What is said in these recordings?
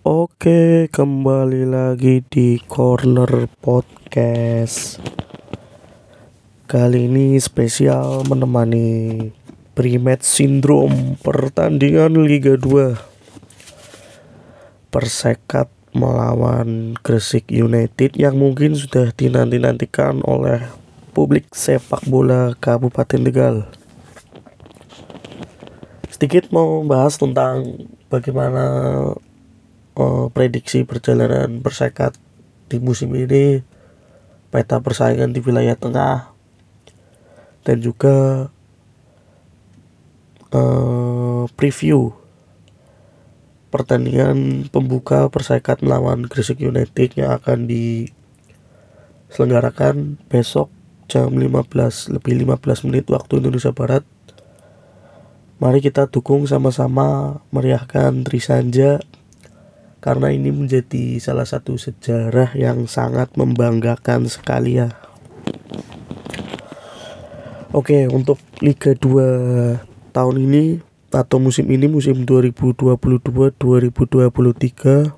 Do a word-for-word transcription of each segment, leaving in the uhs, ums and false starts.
Oke, kembali lagi di Corner Podcast. Kali ini spesial menemani pre-match syndrome pertandingan Liga dua Persekat melawan Gresik United yang mungkin sudah dinanti-nantikan oleh publik sepak bola Kabupaten Tegal. Sedikit mau bahas tentang bagaimana uh, prediksi perjalanan Persekat di musim ini, peta persaingan di wilayah tengah, dan juga uh, preview pertandingan pembuka Persekat melawan Gresik United yang akan diselenggarakan besok jam lima belas lebih lima belas menit waktu Indonesia Barat. Mari kita dukung sama-sama, meriahkan Trisanja, karena ini menjadi salah satu sejarah yang sangat membanggakan sekali ya. Oke, untuk Liga dua tahun ini atau musim ini, musim dua ribu dua puluh dua dua ribu dua puluh tiga,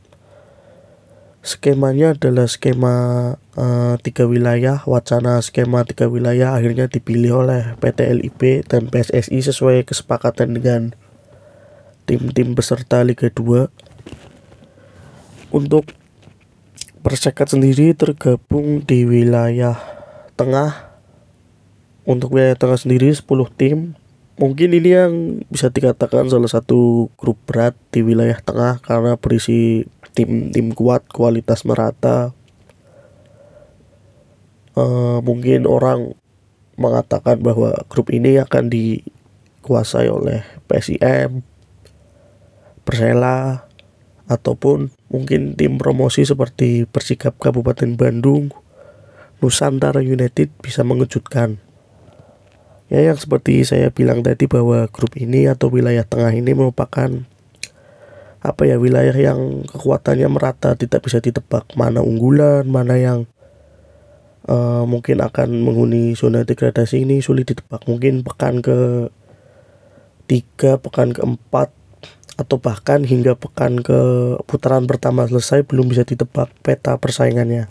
skemanya adalah skema uh, tiga wilayah. Wacana skema tiga wilayah akhirnya dipilih oleh P T L I P dan P S S I sesuai kesepakatan dengan tim-tim peserta Liga dua. Untuk Persekat sendiri tergabung di wilayah tengah. Untuk wilayah tengah sendiri sepuluh tim. Mungkin ini yang bisa dikatakan salah satu grup berat di wilayah tengah karena berisi tim-tim kuat, kualitas merata. Uh, mungkin orang mengatakan bahwa grup ini akan dikuasai oleh P S I M, Persela, ataupun mungkin tim promosi seperti Persikap Kabupaten Bandung, Nusantara United bisa mengejutkan. Ya, yang seperti saya bilang tadi bahwa grup ini atau wilayah tengah ini merupakan apa ya wilayah yang kekuatannya merata, tidak bisa ditebak mana unggulan, mana yang uh, mungkin akan menghuni zona degradasi. Ini sulit ditebak. Mungkin pekan ke tiga, pekan keempat, atau bahkan hingga pekan ke putaran pertama selesai belum bisa ditebak peta persaingannya.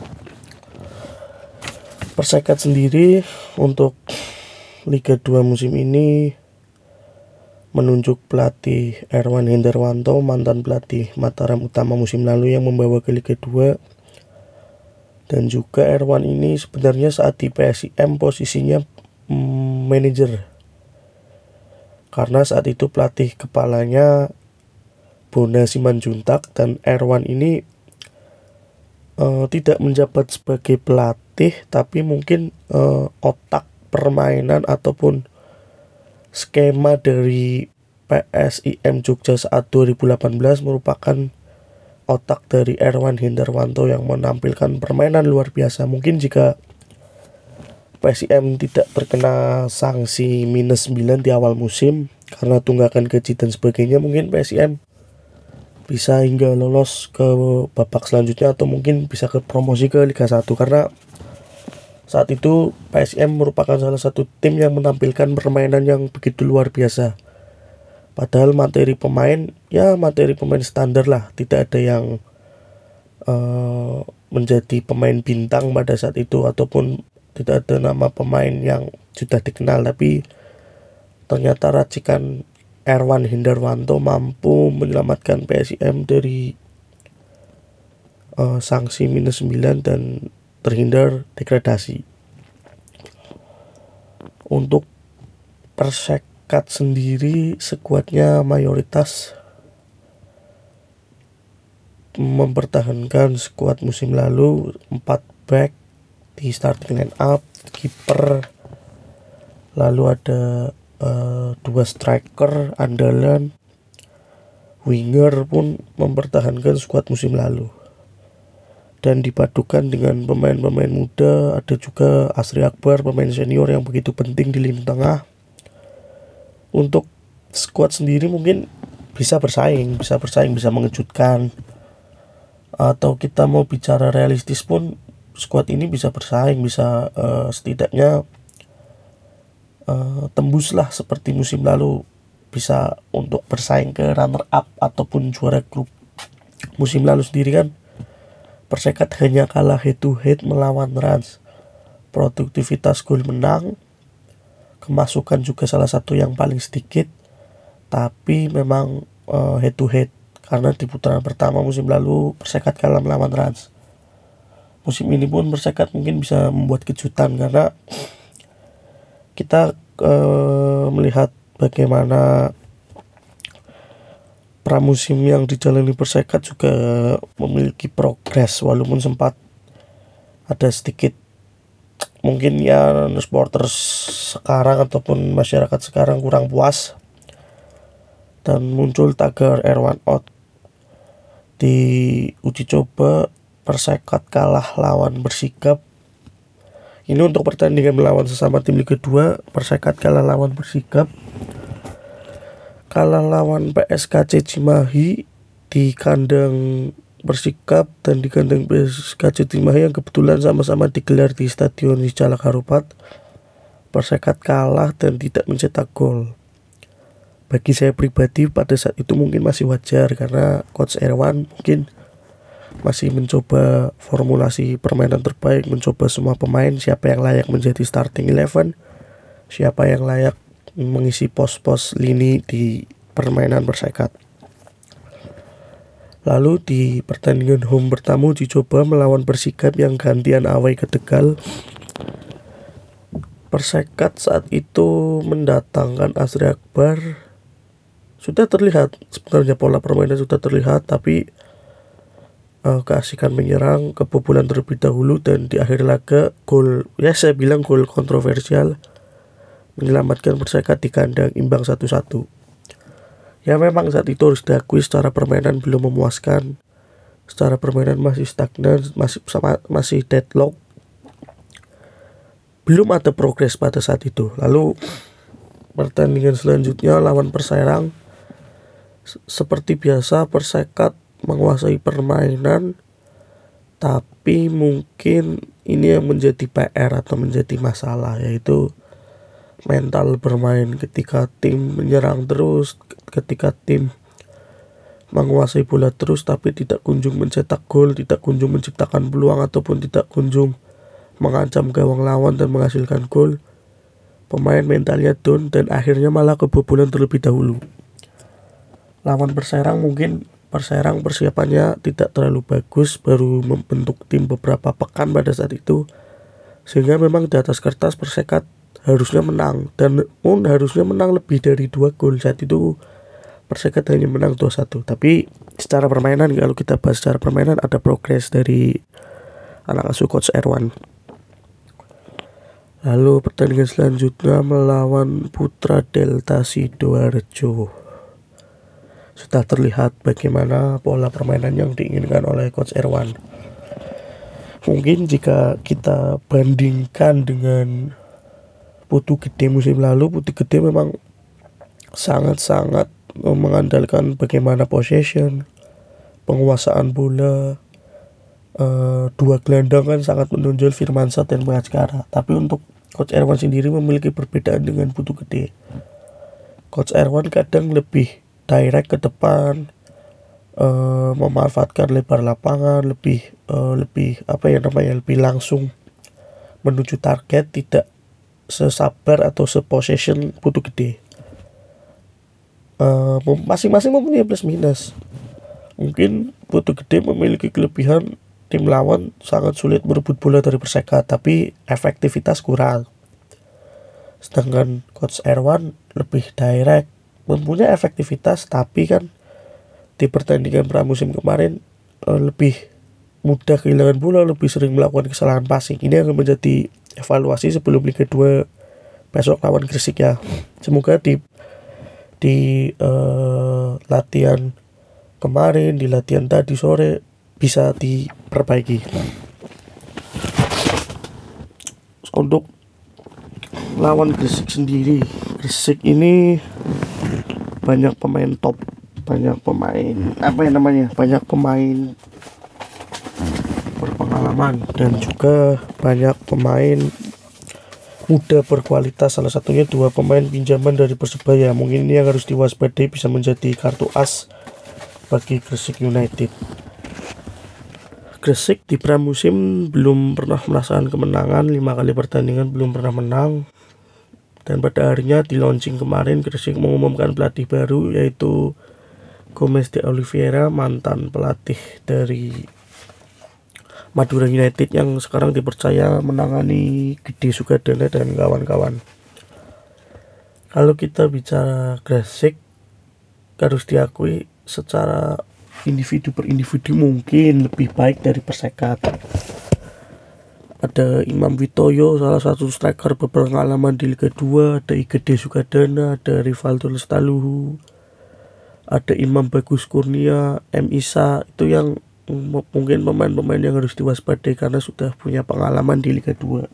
Persekat sendiri untuk Liga dua musim ini menunjuk pelatih Erwan Hendarwanto, mantan pelatih Mataram Utama musim lalu yang membawa ke Liga dua. Dan juga Erwan ini sebenarnya saat di P S I M posisinya mm, manajer. Karena saat itu pelatih kepalanya Bona Simanjuntak, dan Erwan ini uh, tidak menjabat sebagai pelatih, tapi mungkin uh, otak permainan ataupun skema dari P S I M Jogja saat dua ribu delapan belas merupakan otak dari Erwan Hendarwanto yang menampilkan permainan luar biasa. Mungkin jika P S I M tidak terkena sanksi minus sembilan di awal musim karena tunggakan gaji dan sebagainya, mungkin P S I M bisa hingga lolos ke babak selanjutnya atau mungkin bisa ke promosi ke Liga satu, karena saat itu P S I M merupakan salah satu tim yang menampilkan permainan yang begitu luar biasa. Padahal materi pemain, ya materi pemain standar lah. Tidak ada yang uh, menjadi pemain bintang pada saat itu, ataupun tidak ada nama pemain yang sudah dikenal. Tapi ternyata racikan Erwan Hendarwanto mampu menyelamatkan P S I M dari uh, sanksi minus sembilan dan terhindar degradasi. Untuk Persekat sendiri skuadnya mayoritas mempertahankan skuad musim lalu, empat back di starting line up, kiper, lalu ada uh, dua striker andalan, winger pun mempertahankan skuad musim lalu. Dan dipadukan dengan pemain-pemain muda, ada juga Asri Akbar, pemain senior yang begitu penting di lini tengah. Untuk skuad sendiri mungkin bisa bersaing, bisa bersaing, bisa mengejutkan. Atau kita mau bicara realistis pun, skuad ini bisa bersaing, bisa uh, setidaknya uh, tembuslah seperti musim lalu, bisa untuk bersaing ke runner up ataupun juara grup. musim lalu sendiri kan Persekat hanya kalah head to head melawan Rans. Produktivitas gol menang, kemasukan juga salah satu yang paling sedikit, tapi memang uh, head to head karena di putaran pertama musim lalu Persekat kalah melawan Rans. Musim ini pun Persekat mungkin bisa membuat kejutan karena kita uh, melihat bagaimana pramusim yang dijalani Persekat juga memiliki progres, walaupun sempat ada sedikit mungkin ya supporters sekarang ataupun masyarakat sekarang kurang puas dan muncul tagar Erwan out. Di uji coba Persekat kalah lawan Persikap. Ini untuk pertandingan melawan sesama tim Liga dua, Persekat kalah lawan Persikap, kalah lawan P S K C Cimahi di kandang Persikap dan di kandang P S K C Cimahi yang kebetulan sama-sama digelar di Stadion Sijalak Harupat. Persekat kalah dan tidak mencetak gol. Bagi saya pribadi pada saat itu mungkin masih wajar karena Coach Erwan mungkin masih mencoba formulasi permainan terbaik, mencoba semua pemain, siapa yang layak menjadi starting eleven, siapa yang layak mengisi pos-pos lini di permainan Persekat. Lalu di pertandingan home pertama dicoba melawan Persikap yang gantian away ke Tegal. Persekat saat itu mendatangkan Asri Akbar. Sudah terlihat sebenarnya pola permainan sudah terlihat, tapi uh, keasikan menyerang, kebobolan terlebih dahulu dan di akhir laga gol, ya saya bilang gol kontroversial menyelamatkan Persekat di kandang imbang satu satu. Ya memang saat itu harus diakui secara permainan belum memuaskan. Secara permainan masih stagnan, masih sama, masih deadlock. Belum ada progres pada saat itu. Lalu pertandingan selanjutnya lawan Perserang, seperti biasa Persekat menguasai permainan, tapi mungkin ini yang menjadi P R atau menjadi masalah, yaitu mental bermain. Ketika tim menyerang terus, ketika tim menguasai bola terus tapi tidak kunjung mencetak gol, tidak kunjung menciptakan peluang ataupun tidak kunjung mengancam gawang lawan dan menghasilkan gol, pemain mentalnya down dan akhirnya malah kebobolan terlebih dahulu. Lawan Perserang mungkin Perserang persiapannya tidak terlalu bagus, baru membentuk tim beberapa pekan pada saat itu, sehingga memang di atas kertas Persekat harusnya menang dan pun harusnya menang lebih dari dua gol. Saat itu Persekat hanya menang dua satu, tapi secara permainan, kalau kita bahas secara permainan, ada progres dari anak asuh Coach Erwan. Lalu pertandingan selanjutnya melawan Putra Delta Sidoarjo. Sudah terlihat bagaimana pola permainan yang diinginkan oleh Coach Erwan. Mungkin jika kita bandingkan dengan Putu Gede musim lalu, Putu Gede memang sangat-sangat mengandalkan bagaimana possession, penguasaan bola. Uh, dua gelandang kan sangat menonjol, Firmansyah dan Baskara. Tapi untuk Coach Erwan sendiri memiliki perbedaan dengan Putu Gede. Coach Erwan kadang lebih direct ke depan, uh, memanfaatkan lebar lapangan, lebih uh, lebih apa ya namanya lebih langsung menuju target, tidak sesabar atau sepossession Putu Gede. Uh, masing-masing mempunyai plus minus. Mungkin Putu Gede memiliki kelebihan, tim lawan sangat sulit merebut bola dari Persekat, tapi efektivitas kurang. Sedangkan Coach Erwan lebih direct, mempunyai efektivitas, tapi kan di pertandingan pramusim kemarin uh, lebih mudah kehilangan bola, lebih sering melakukan kesalahan passing. Ini akan menjadi evaluasi sebelum Liga dua besok lawan Gresik ya. Semoga di di uh, latihan kemarin, di latihan tadi sore bisa diperbaiki. Untuk lawan Gresik sendiri, Gresik ini banyak pemain top, banyak pemain apa yang namanya, banyak pemain berpengalaman dan juga banyak pemain muda berkualitas. Salah satunya dua pemain pinjaman dari Persebaya. Mungkin ini yang harus diwaspadai, bisa menjadi kartu as bagi Gresik United. Gresik di pramusim belum pernah merasakan kemenangan, lima kali pertandingan belum pernah menang. Dan pada harinya di launching kemarin Gresik mengumumkan pelatih baru, yaitu Gomes de Oliveira, mantan pelatih dari Madura United yang sekarang dipercaya menangani Gede Sukadana dan kawan-kawan. Kalau kita bicara Gresik, harus diakui secara individu per individu mungkin lebih baik dari Persekat. Ada Imam Witoyo, salah satu striker berpengalaman di Liga dua, ada Gede Sukadana, ada Rivaldo Lestaluhu, ada Imam Bagus Kurnia, M. Isa, itu yang m- mungkin pemain-pemain yang harus diwaspadai karena sudah punya pengalaman di Liga dua.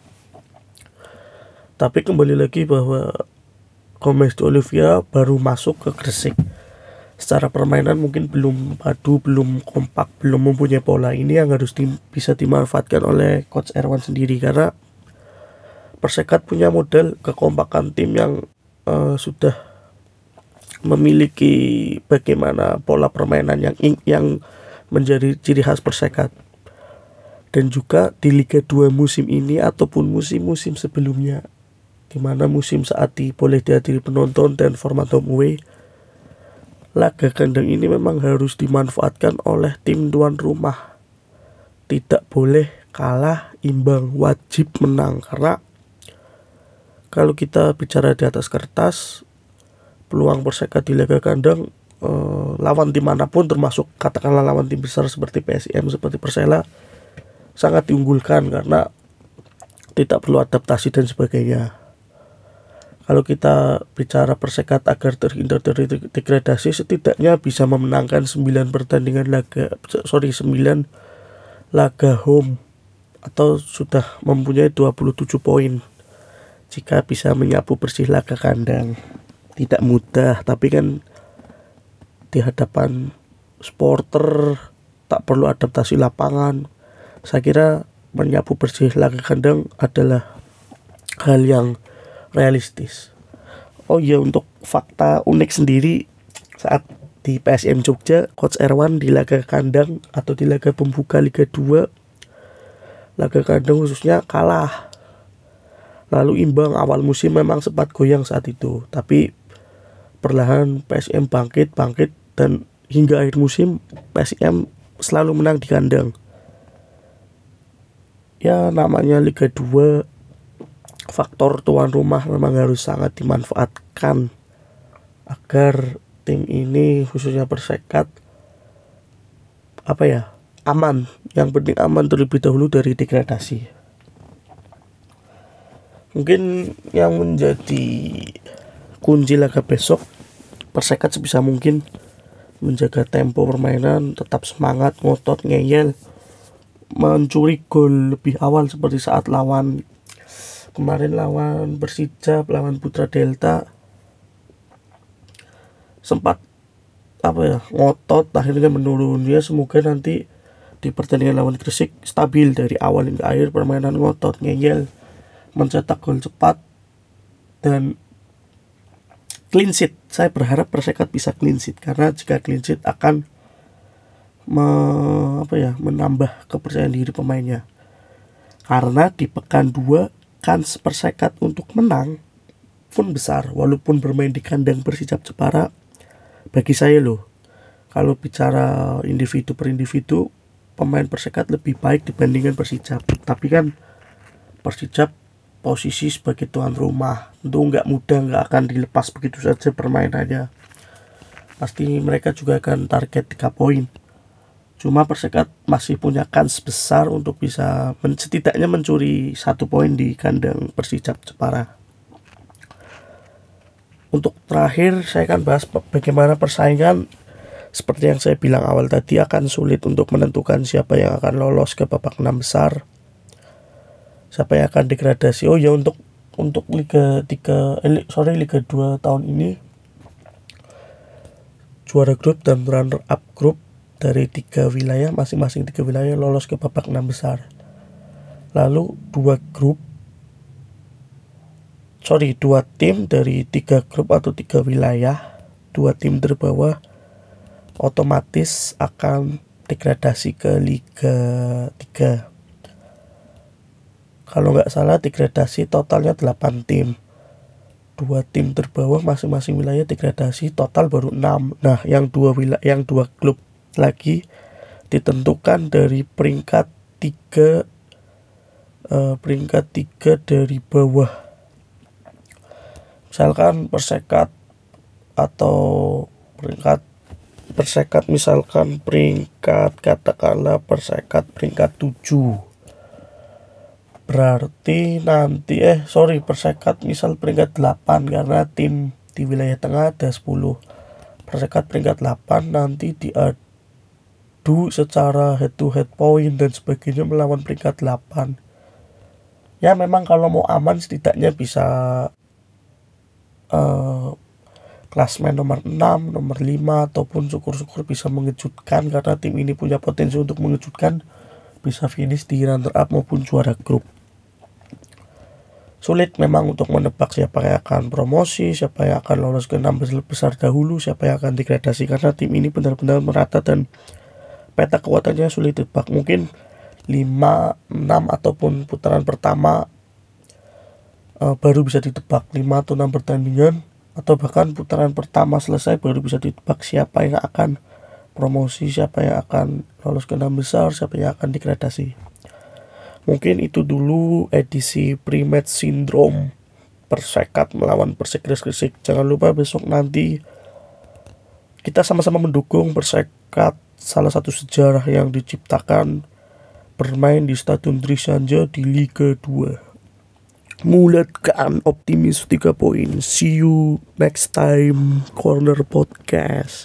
Tapi kembali lagi bahwa Gomes de Oliveira baru masuk ke Gresik. Secara permainan mungkin belum padu, belum kompak, belum mempunyai pola. Ini yang harus di, bisa dimanfaatkan oleh Coach Erwan sendiri, karena Persekat punya model kekompakan tim yang uh, sudah memiliki bagaimana pola permainan yang yang menjadi ciri khas Persekat. Dan juga di Liga dua musim ini ataupun musim-musim sebelumnya, di mana musim saat di boleh dihadiri penonton dan format home away, laga kandang ini memang harus dimanfaatkan oleh tim tuan rumah. Tidak boleh kalah, imbang, wajib menang. Karena kalau kita bicara di atas kertas, peluang Persekat di laga kandang eh, lawan tim manapun, termasuk katakanlah lawan tim besar seperti P S I M, seperti Persela, sangat diunggulkan karena tidak perlu adaptasi dan sebagainya. Kalau kita bicara Persekat agar terhindar dari degradasi, setidaknya bisa memenangkan sembilan pertandingan laga, sorry sembilan laga home, atau sudah mempunyai dua puluh tujuh poin jika bisa menyapu bersih laga kandang. Tidak mudah, tapi kan di hadapan supporter tak perlu adaptasi lapangan. Saya kira menyapu bersih laga kandang adalah hal yang realistis. Oh iya, untuk fakta unik sendiri, saat di P S I M Jogja, Coach Erwan di laga kandang atau di laga pembuka Liga dua, laga kandang khususnya kalah. Lalu imbang, awal musim memang sempat goyang saat itu, tapi perlahan P S I M bangkit, bangkit dan hingga akhir musim P S I M selalu menang di kandang. Ya namanya Liga dua, faktor tuan rumah memang harus sangat dimanfaatkan agar tim ini, khususnya Persekat, apa ya, aman. Yang penting aman terlebih dahulu dari degradasi. Mungkin yang menjadi kunci laga besok, Persekat sebisa mungkin menjaga tempo permainan, tetap semangat, ngotot, ngeyel, mencuri gol lebih awal seperti saat lawan kemarin lawan Persijap, lawan Putra Delta, sempat apa ya, ngotot, akhirnya menurun. Ya semoga nanti di pertandingan lawan Gresik stabil dari awal hingga akhir, permainan ngotot, ngeyel, mencetak gol cepat dan clean sheet. Saya berharap Persekat bisa clean sheet, karena jika clean sheet akan me, apa ya, menambah kepercayaan diri pemainnya. Karena di pekan dua kans Persekat untuk menang pun besar, walaupun bermain di kandang Persijap Jepara. Bagi saya loh, kalau bicara individu per individu, pemain Persekat lebih baik dibandingkan Persijap. Tapi kan Persijap posisi sebagai tuan rumah, tentu nggak mudah, nggak akan dilepas begitu saja permainannya. Pasti mereka juga akan target tiga poin. Cuma Persekat masih punya kans besar untuk bisa men- setidaknya mencuri satu poin di kandang Persijap Jepara. Untuk terakhir, saya akan bahas bagaimana persaingan. Seperti yang saya bilang awal tadi, akan sulit untuk menentukan siapa yang akan lolos ke babak enam besar, siapa yang akan degradasi. Oh ya, untuk untuk Liga tiga, eh, sorry Liga dua tahun ini, juara grup dan runner up grup dari tiga wilayah, masing-masing tiga wilayah lolos ke babak enam besar. Lalu dua grup, sorry dua tim dari tiga grup atau tiga wilayah, dua tim terbawah otomatis akan degradasi ke Liga tiga. Kalau nggak salah degradasi totalnya delapan tim. Dua tim terbawah masing-masing wilayah degradasi, total baru enam. Nah, yang dua wilayah, yang dua klub lagi ditentukan dari peringkat tiga uh, peringkat tiga dari bawah. Misalkan Persekat atau peringkat Persekat misalkan peringkat katakanlah Persekat peringkat tujuh. Berarti nanti eh sorry Persekat misal peringkat delapan karena tim di wilayah tengah ada sepuluh. Persekat peringkat delapan nanti diadu secara head to head point dan sebagainya melawan peringkat delapan. Ya memang kalau mau aman setidaknya bisa uh, klasmen nomor enam, nomor lima, ataupun syukur-syukur bisa mengejutkan karena tim ini punya potensi untuk mengejutkan, bisa finish di runner up maupun juara grup. Sulit memang untuk menebak siapa yang akan promosi, siapa yang akan lolos ke enam besar dahulu, siapa yang akan degradasi karena tim ini benar-benar merata dan peta kekuatannya sulit ditebak. Mungkin lima, enam ataupun putaran pertama uh, baru bisa ditebak, lima atau enam pertandingan, atau bahkan putaran pertama selesai baru bisa ditebak siapa yang akan promosi, siapa yang akan lolos ke enam besar, siapa yang akan degradasi. Mungkin itu dulu edisi pre-match syndrome Persekat melawan Persik Gresik. Jangan lupa besok nanti kita sama-sama mendukung Persekat, salah satu sejarah yang diciptakan bermain di Stadion Trisanja di Liga dua. Mulatkan optimis tiga poin. See you next time Corner Podcast.